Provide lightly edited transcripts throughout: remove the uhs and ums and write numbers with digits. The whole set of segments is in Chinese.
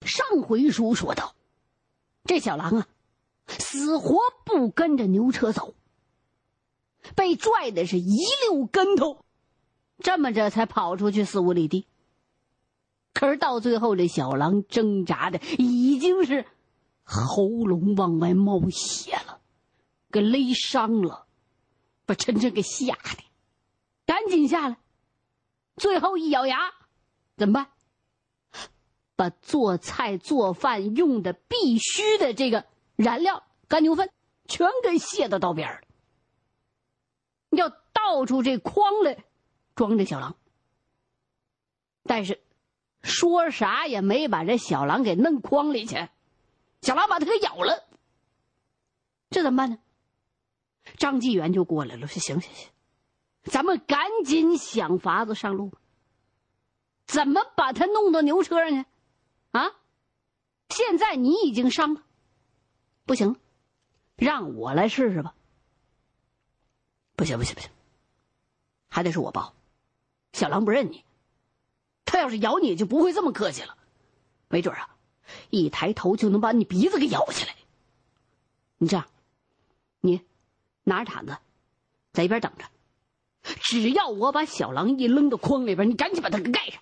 上回书说到，这小狼啊，死活不跟着牛车走，被拽的是一溜跟头，这么着才跑出去4、5里地。可是到最后，这小狼挣扎的已经是喉咙往外冒血了，给勒伤了，把陈真给吓的赶紧下来。最后一咬牙，怎么办？把做菜做饭用的必须的这个燃料干牛粪全给卸到道边了，要倒出这筐来装这小狼。但是说啥也没把这小狼给弄筐里去，小狼把他给咬了。这怎么办呢？张继元就过来了，说行，咱们赶紧想法子上路，怎么把他弄到牛车上去啊？现在你已经伤了，不行，让我来试试吧。不行，还得是我报。小狼不认你，他要是咬你就不会这么客气了，没准啊，一抬头就能把你鼻子给咬下来。你这样，你拿着毯子在一边等着，只要我把小狼一扔到筐里边，你赶紧把它给盖上。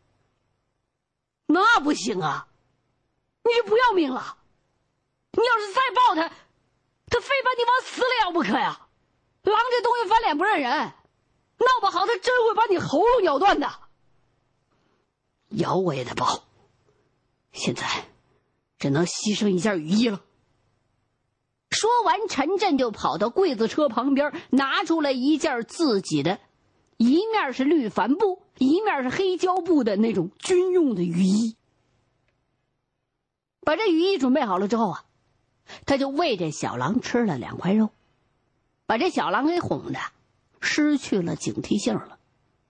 那不行啊，你就不要命了。你要是再抱他非把你往死里咬不可呀。狼这东西翻脸不认人，闹不好他真会把你喉咙咬断的。咬我也得抱，现在只能牺牲一件雨衣了。说完，陈震就跑到柜子车旁边，拿出来一件自己的，一面是绿帆布，一面是黑胶布的那种军用的雨衣。把这雨衣准备好了之后啊，他就喂这小狼吃了2块肉，把这小狼给哄的失去了警惕性了。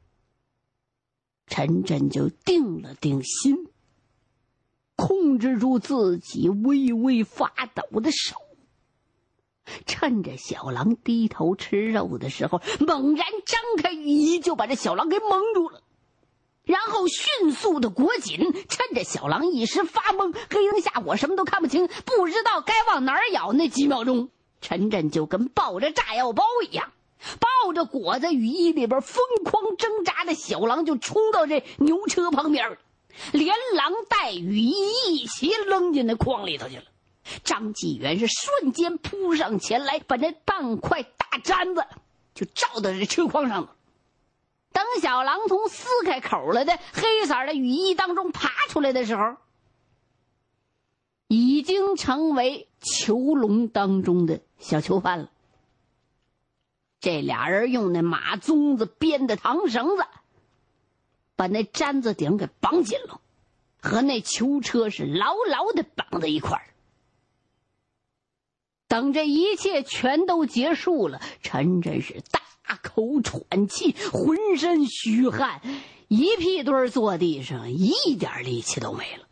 陈震就定了定心，控制住自己微微发抖的手，趁着小狼低头吃肉的时候，猛然张开雨衣，就把这小狼给蒙住了，然后迅速的裹紧，趁着小狼一时发懵，黑灯瞎火什么都看不清，不知道该往哪儿咬，那几秒钟，陈震就跟抱着炸药包一样，抱着裹在雨衣里边疯狂挣扎的小狼就冲到这牛车旁边，连狼带雨衣一起扔进那筐里头去了。张继元是瞬间扑上前来，把那半块大毡子就罩到这车筐上了。等小狼从撕开口了的黑色的雨衣当中爬出来的时候，已经成为囚笼当中的小囚犯了。这俩人用那马鬃子编的糖绳子把那毡子顶给绑紧了，和那囚车是牢牢的绑在一块儿。等这一切全都结束了，陈震是大口喘气，浑身虚汗，一屁墩坐地上，一点力气都没了。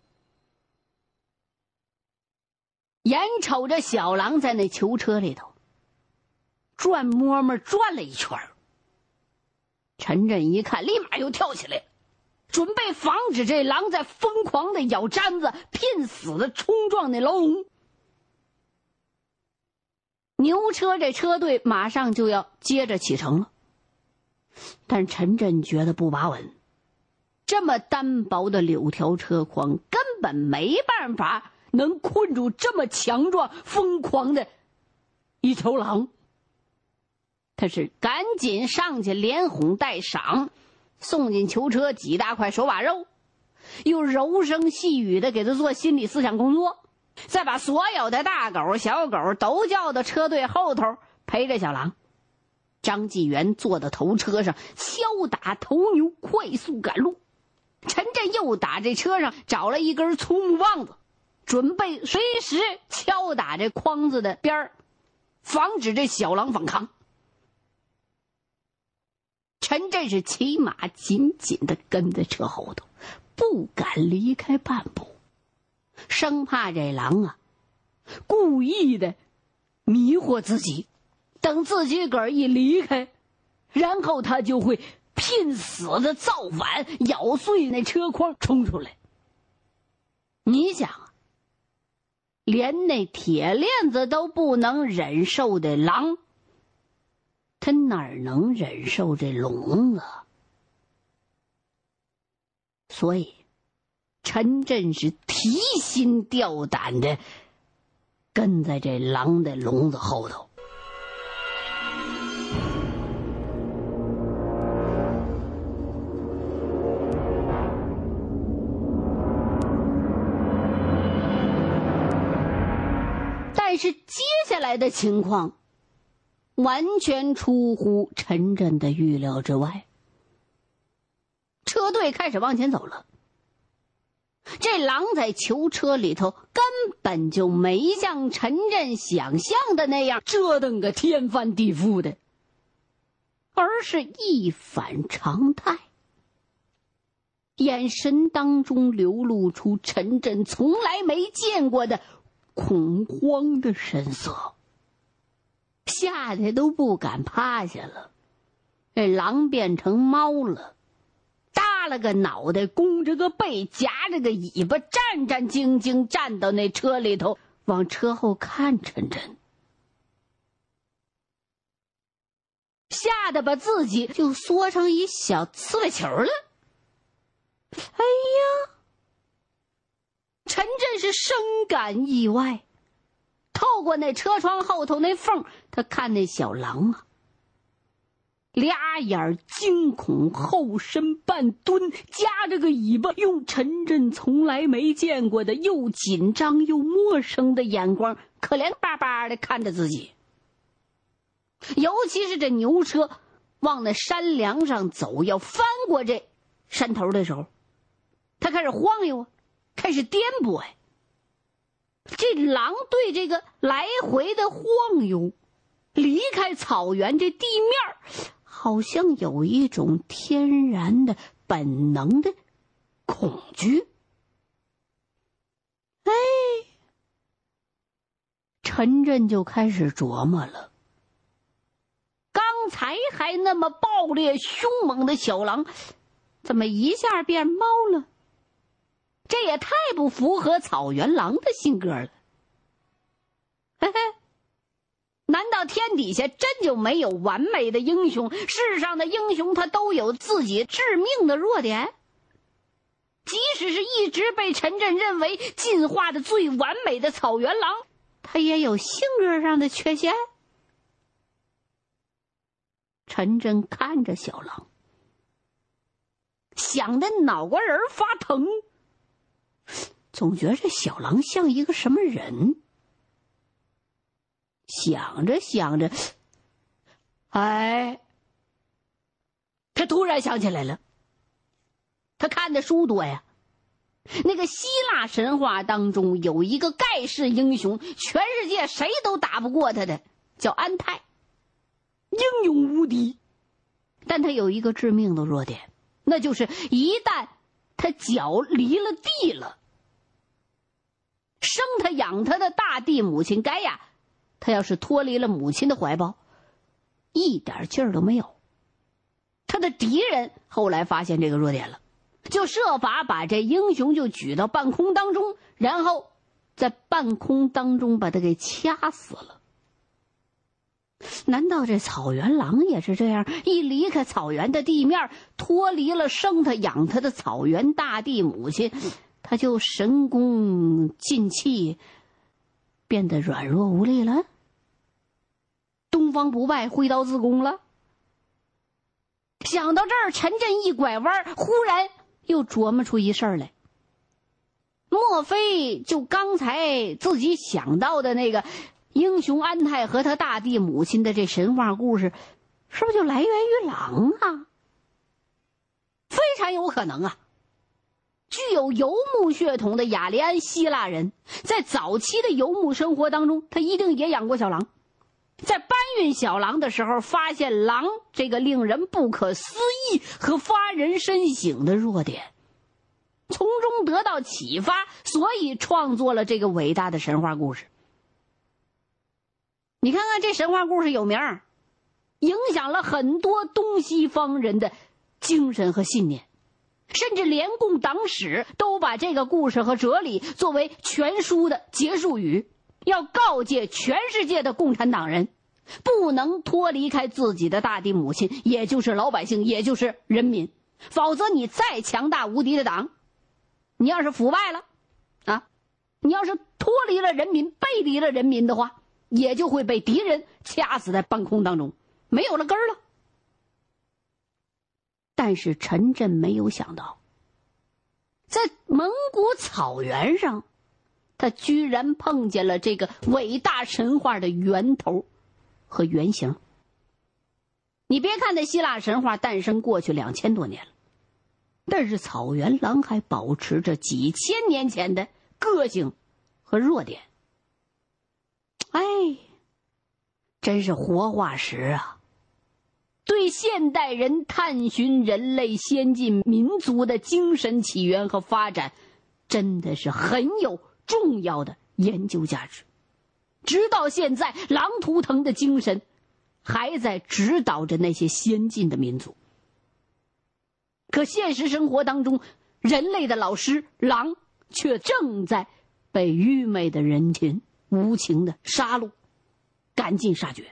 眼瞅着小狼在那囚车里头转摸摸转了一圈，陈震一看，立马又跳起来，准备防止这狼在疯狂的咬毡子，拼死的冲撞那牢笼。牛车这车队马上就要接着启程了，但陈震觉得不把稳，这么单薄的柳条车筐根本没办法能困住这么强壮疯狂的一头狼。他是赶紧上去连哄带赏，送进囚车几大块手把肉，又柔声细语的给他做心理思想工作，再把所有的大狗小狗都叫到车队后头陪着小狼。张继元坐到头车上敲打头牛，快速赶路。陈震又打这车上找了一根粗木棒子，准备随时敲打这筐子的边儿，防止这小狼反抗。陈震是骑马紧紧地跟在车后头，不敢离开半步，生怕这狼啊故意的迷惑自己，等自己个儿一离开，然后他就会拼死的造反，咬碎那车筐冲出来。 你想啊，连那铁链子都不能忍受的狼，他哪能忍受这聋子？所以陈震是提心吊胆的跟在这狼的笼子后头。但是接下来的情况完全出乎陈震的预料之外。车队开始往前走了，这狼在囚车里头根本就没像陈震想象的那样折腾个天翻地覆的，而是一反常态，眼神当中流露出陈震从来没见过的恐慌的神色，吓得都不敢趴下了。这狼变成猫了，耷了个脑袋，弓着个背，夹着个尾巴，战战兢兢站到那车里头，往车后看陈震，吓得把自己就缩成一小刺猬球了。哎呀，陈震是深感意外，透过那车窗后头那缝，他看那小狼啊，俩眼惊恐，后身半蹲，夹着个尾巴，用陈震从来没见过的又紧张又陌生的眼光可怜巴巴的看着自己。尤其是这牛车往那山梁上走，要翻过这山头的时候，他开始晃悠啊，开始颠簸哎。这狼对这个来回的晃悠，离开草原这地面，好像有一种天然的本能的恐惧。哎，陈震就开始琢磨了，刚才还那么暴烈凶猛的小狼，怎么一下变猫了？这也太不符合草原狼的性格了。嘿嘿，难道天底下真就没有完美的英雄？世上的英雄他都有自己致命的弱点？即使是一直被陈震认为进化的最完美的草原狼，他也有性格上的缺陷。陈震看着小狼，想得脑瓜仁发疼，总觉着小狼像一个什么人。想着想着，哎，他突然想起来了，他看的书多呀。那个希腊神话当中有一个盖世英雄，全世界谁都打不过他的，叫安泰，英勇无敌。但他有一个致命的弱点，那就是一旦他脚离了地了，生他养他的大地母亲盖亚，他要是脱离了母亲的怀抱，一点劲儿都没有。他的敌人后来发现这个弱点了，就设法把这英雄就举到半空当中，然后在半空当中把他给掐死了。难道这草原狼也是这样，一离开草原的地面，脱离了生他养他的草原大地母亲，他就神功尽弃，变得软弱无力了，东方不败，挥刀自宫了？想到这儿，陈震一拐弯，忽然又琢磨出一事儿来。莫非就刚才自己想到的那个英雄安泰和他大地母亲的这神话故事，是不是就来源于狼啊？非常有可能啊。具有游牧血统的雅利安希腊人，在早期的游牧生活当中，他一定也养过小狼。在搬运小狼的时候，发现狼这个令人不可思议和发人深省的弱点，从中得到启发，所以创作了这个伟大的神话故事。你看看这神话故事有名，影响了很多东西方人的精神和信念。 甚至联共党史都把这个故事和哲理作为全书的结束语，要告诫全世界的共产党人，不能脱离开自己的大地母亲，也就是老百姓，也就是人民。否则你再强大无敌的党，你要是腐败了啊，你要是脱离了人民，背离了人民的话，也就会被敌人掐死在半空当中，没有了根儿了。但是陈震没有想到，在蒙古草原上，他居然碰见了这个伟大神话的源头和原型。你别看这希腊神话诞生过去2000多年了，但是草原狼还保持着几千年前的个性和弱点。哎，真是活化石啊！对现代人探寻人类先进民族的精神起源和发展，真的是很有重要的研究价值。直到现在，狼图腾的精神还在指导着那些先进的民族。可现实生活当中，人类的老师狼却正在被愚昧的人群无情的杀戮，赶尽杀绝。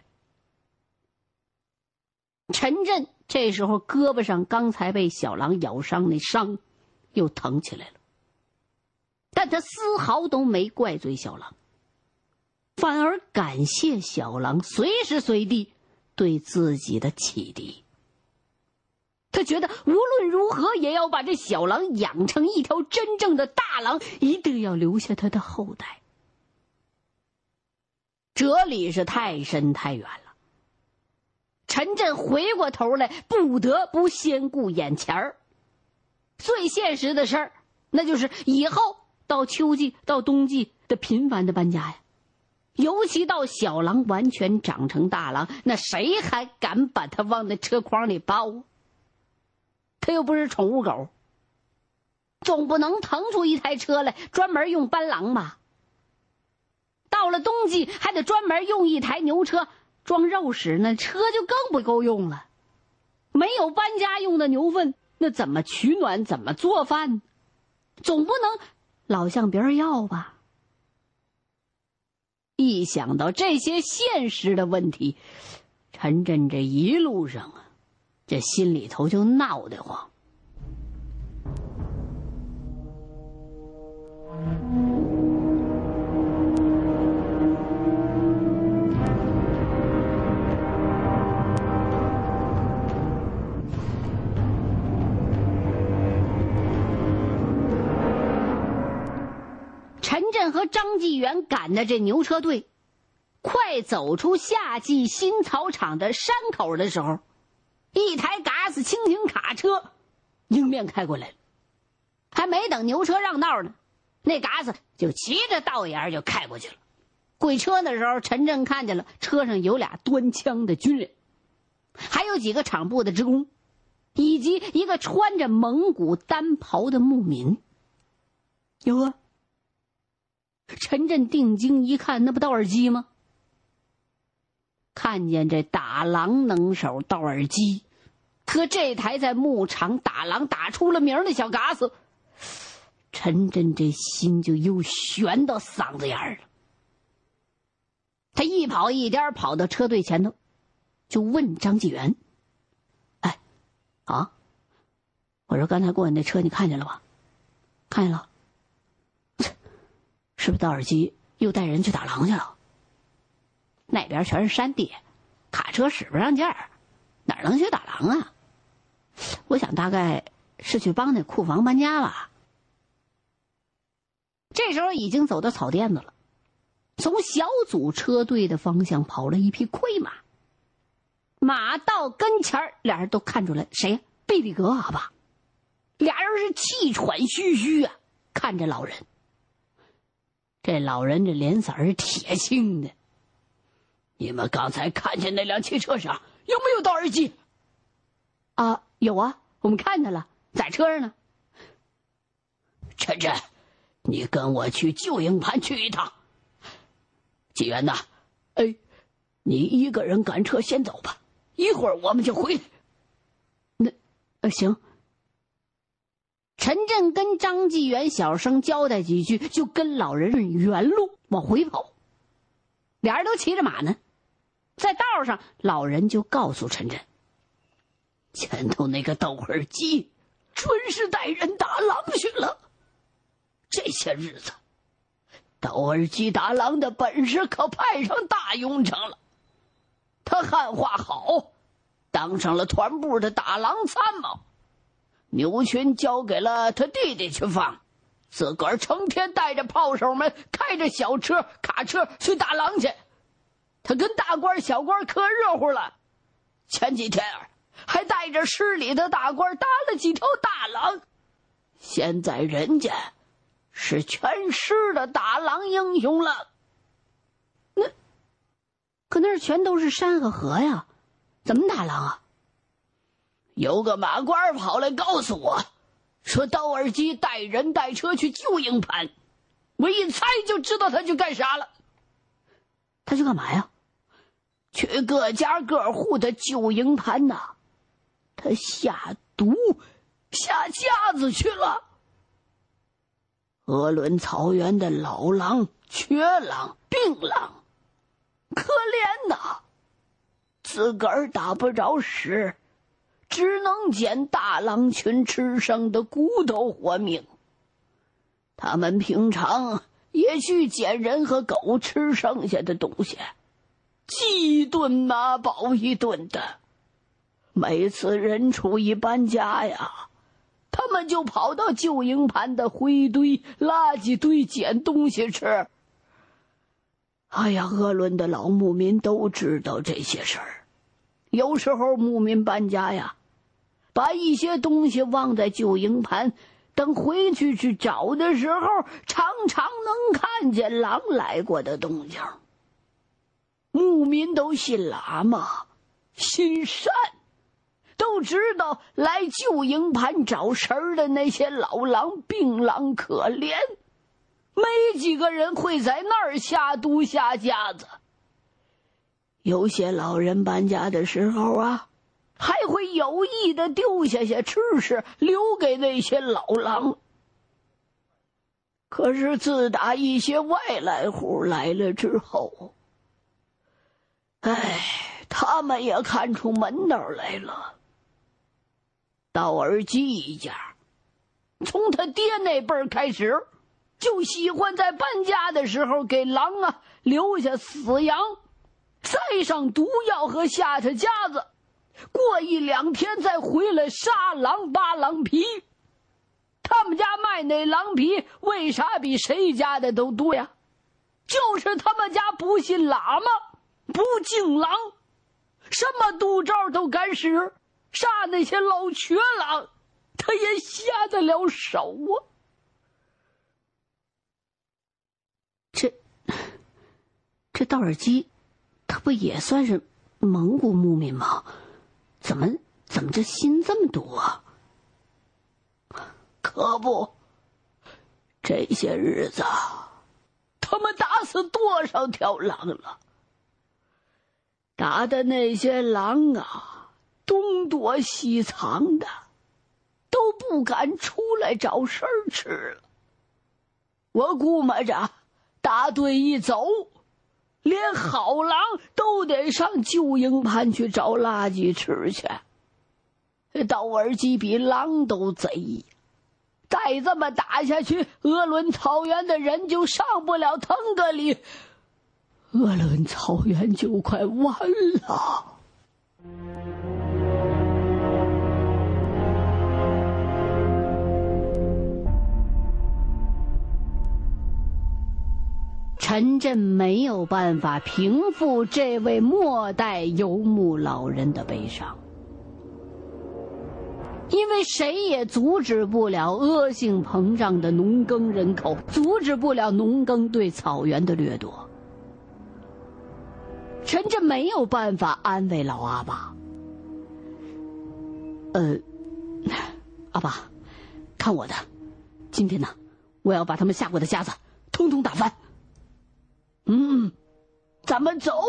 陈震这时候胳膊上刚才被小狼咬伤那伤又疼起来了，但他丝毫都没怪罪小狼，反而感谢小狼随时随地对自己的启迪。他觉得无论如何也要把这小狼养成一条真正的大狼，一定要留下他的后代。哲理是太深太远了，陈震回过头来不得不先顾眼前儿。最现实的事儿，那就是以后到秋季到冬季的频繁的搬家呀。尤其到小狼完全长成大狼，那谁还敢把它往那车筐里抱啊？它又不是宠物狗，总不能腾出一台车来专门用搬狼吧？到了冬季还得专门用一台牛车装肉食，那车就更不够用了。没有搬家用的牛粪，那怎么取暖，怎么做饭？总不能老向别人要吧？一想到这些现实的问题，陈震这一路上啊，这心里头就闹得慌。陈震和张纪元赶的这牛车队快走出夏季新草场的山口的时候，一台嘎子轻型卡车迎面开过来了。还没等牛车让道呢，那嘎子就骑着道沿就开过去了。跪车的时候，陈震看见了车上有俩端枪的军人，还有几个厂部的职工，以及一个穿着蒙古单袍的牧民。有啊，陈震定睛一看，那不道尔基吗？看见这打狼能手道尔基和这台在牧场打狼打出了名的小嘎子，陈震这心就又悬到嗓子眼儿了。他一跑一颠跑到车队前头，就问张纪元：“哎，啊，我说刚才过来那车你看见了吧？看见了。是不是道尔基又带人去打狼去了？那边全是山地，卡车使不上劲儿，哪能去打狼啊？我想大概是去帮那库房搬家吧。”这时候已经走到草甸子了，从小组车队的方向跑了一匹快马，马到跟前俩人都看出来，谁呀？贝里格阿爸。俩人是气喘吁吁啊，看着老人。这老人这脸色是铁青的。你们刚才看见那辆汽车上有没有道尔基？啊，有啊，我们看见了，在车上呢。陈震，你跟我去旧营盘去一趟。纪元呐，哎，你一个人赶车先走吧，一会儿我们就回来。那，行。 陈震跟张继元小声交代几句，就跟老人顺原路往回跑。俩人都骑着马呢，在道上，老人就告诉陈震，前头那个窦尔基准是带人打狼去了。这些日子窦尔基打狼的本事可派上大用场了，他汉话好，当上了团部的打狼参谋，牛群交给了他弟弟去放，自个儿成天带着炮手们开着小车卡车去打狼去。他跟大官小官可热乎了，前几天还带着市里的大官打了几条大狼，现在人家是全市的打狼英雄了。可那儿全都是山和河呀，怎么打狼啊？有个马官跑来告诉我，说窦尔基带人带车去救营盘，我一猜就知道他去干啥了。他去干嘛呀？去各家各户的救营盘呐，他下毒下架子去了。鄂伦草原的老狼、瘸狼、病狼，可怜呐，自个儿打不着屎，只能捡大狼群吃剩的骨头活命。他们平常也去捡人和狗吃剩下的东西，鸡一顿马饱一顿的。每次人出一搬家呀，他们就跑到旧营盘的灰堆、垃圾堆捡东西吃。哎呀，鄂伦的老牧民都知道这些事儿。有时候牧民搬家呀，把一些东西忘在旧营盘，等回去找的时候，常常能看见狼来过的动静。牧民都信喇嘛，心善，都知道来旧营盘找食儿的那些老狼、病狼可怜，没几个人会在那儿下毒下架子。有些老人搬家的时候啊，还会有意的丢下些吃食留给那些老狼。可是自打一些外来户来了之后，他们也看出门道来了。窦尔基一家从他爹那辈儿开始，就喜欢在搬家的时候给狼留下死羊，塞上毒药和下他夹子，过一两天再回来杀狼扒狼皮。他们家卖那狼皮为啥比谁家的都多呀？就是他们家不信喇嘛，不敬狼，什么毒招都敢使，杀那些老瘸狼他也下得了手啊。这窦尔基他不也算是蒙古牧民吗？怎么这心这么毒啊？可不，这些日子他们打死多少条狼了，打的那些狼啊，东躲西藏的，都不敢出来找食儿吃了。我估摸着大队一走，连好狼都得上旧营盘去找垃圾吃去。窦尔基比狼都贼，再这么打下去，鄂伦草原的人就上不了腾格里，鄂伦草原就快完了。陈震没有办法平复这位末代游牧老人的悲伤，因为谁也阻止不了恶性膨胀的农耕人口，阻止不了农耕对草原的掠夺。陈震没有办法安慰老阿爸。阿爸，看我的，今天呢，我要把他们下过的夹子通通打翻。咱们走。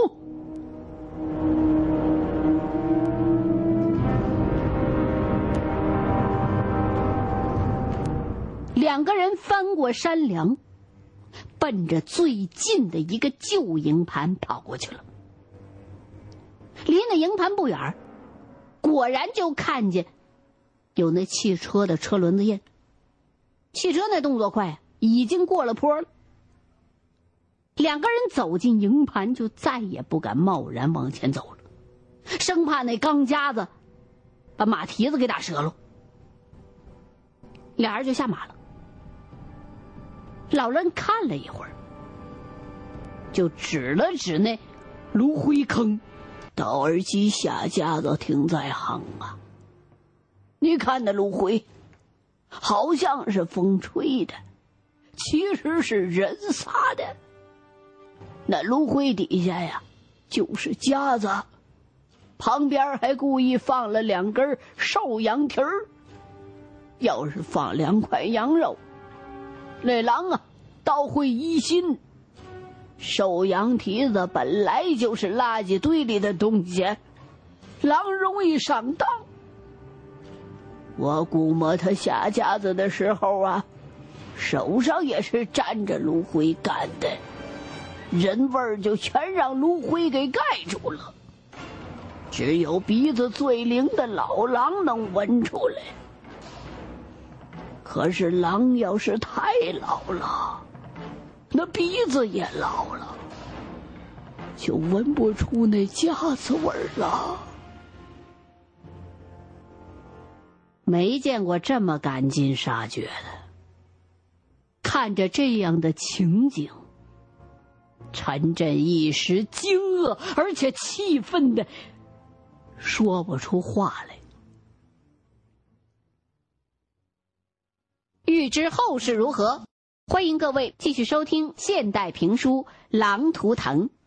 两个人翻过山梁，奔着最近的一个旧营盘跑过去了。离那营盘不远，果然就看见有那汽车的车轮子印。汽车那动作快，已经过了坡了。两个人走进营盘，就再也不敢贸然往前走了，生怕那钢夹子把马蹄子给打折了。俩人就下马了。老人看了一会儿，就指了指那芦灰坑，道儿鸡下夹子停在行啊，你看那芦灰好像是风吹的，其实是人撒的。那芦灰底下呀就是夹子，旁边还故意放了2根瘦羊蹄儿。要是放2块羊肉，那狼啊倒会疑心。瘦羊蹄子本来就是垃圾堆里的东西，狼容易上当。我估摸他下夹子的时候啊，手上也是沾着芦灰干的，人味儿就全让芦灰给盖住了。只有鼻子最灵的老狼能闻出来。可是狼要是太老了，那鼻子也老了，就闻不出那夹子味儿了。没见过这么赶尽杀绝的。看着这样的情景，陈震一时惊愕，而且气愤的说不出话来。欲知后事如何，欢迎各位继续收听现代评书《狼图腾》。